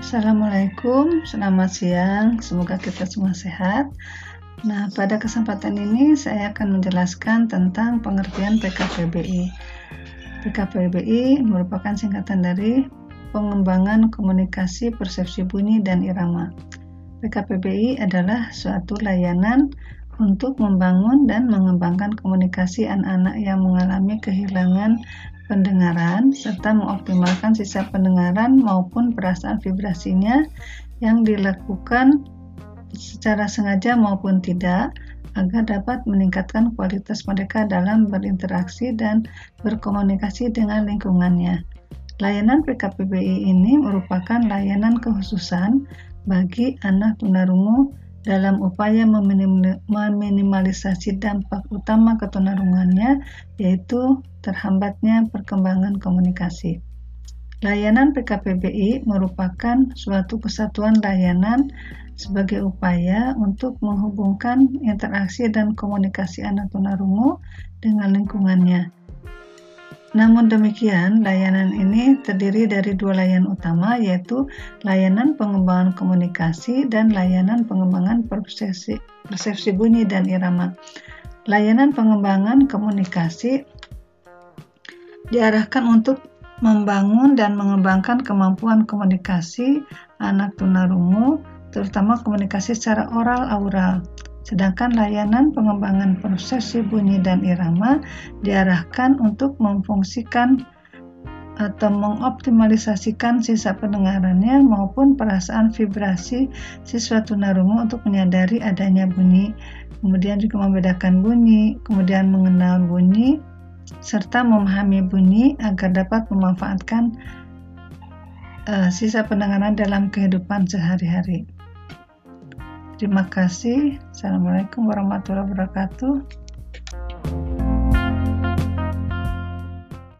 Assalamualaikum, selamat siang, semoga kita semua sehat. Nah, pada kesempatan ini saya akan menjelaskan tentang pengertian PKPBI. PKPBI merupakan singkatan dari Pengembangan Komunikasi Persepsi Bunyi dan Irama. PKPBI adalah suatu layanan untuk membangun dan mengembangkan komunikasi anak-anak yang mengalami kehilangan pendengaran serta mengoptimalkan sisa pendengaran maupun perasaan vibrasinya yang dilakukan secara sengaja maupun tidak agar dapat meningkatkan kualitas mereka dalam berinteraksi dan berkomunikasi dengan lingkungannya. Layanan PKPBI ini merupakan layanan kekhususan bagi anak tunarungu dalam upaya meminimalisasi dampak utama ketunarungannya, yaitu terhambatnya perkembangan komunikasi. Layanan PKPBI merupakan suatu kesatuan layanan sebagai upaya untuk menghubungkan interaksi dan komunikasi anak tunarungu dengan lingkungannya. Namun demikian, layanan ini terdiri dari dua layanan utama, yaitu layanan pengembangan komunikasi dan layanan pengembangan persepsi bunyi dan irama. Layanan pengembangan komunikasi diarahkan untuk membangun dan mengembangkan kemampuan komunikasi anak tunarungu, terutama komunikasi secara oral-aural. Sedangkan layanan pengembangan persepsi bunyi dan irama diarahkan untuk memfungsikan atau mengoptimalisasikan sisa pendengarannya maupun perasaan vibrasi siswa tunarungu untuk menyadari adanya bunyi, kemudian juga membedakan bunyi, kemudian mengenal bunyi, serta memahami bunyi agar dapat memanfaatkan sisa pendengaran dalam kehidupan sehari-hari. Terima kasih. Assalamualaikum warahmatullahi wabarakatuh.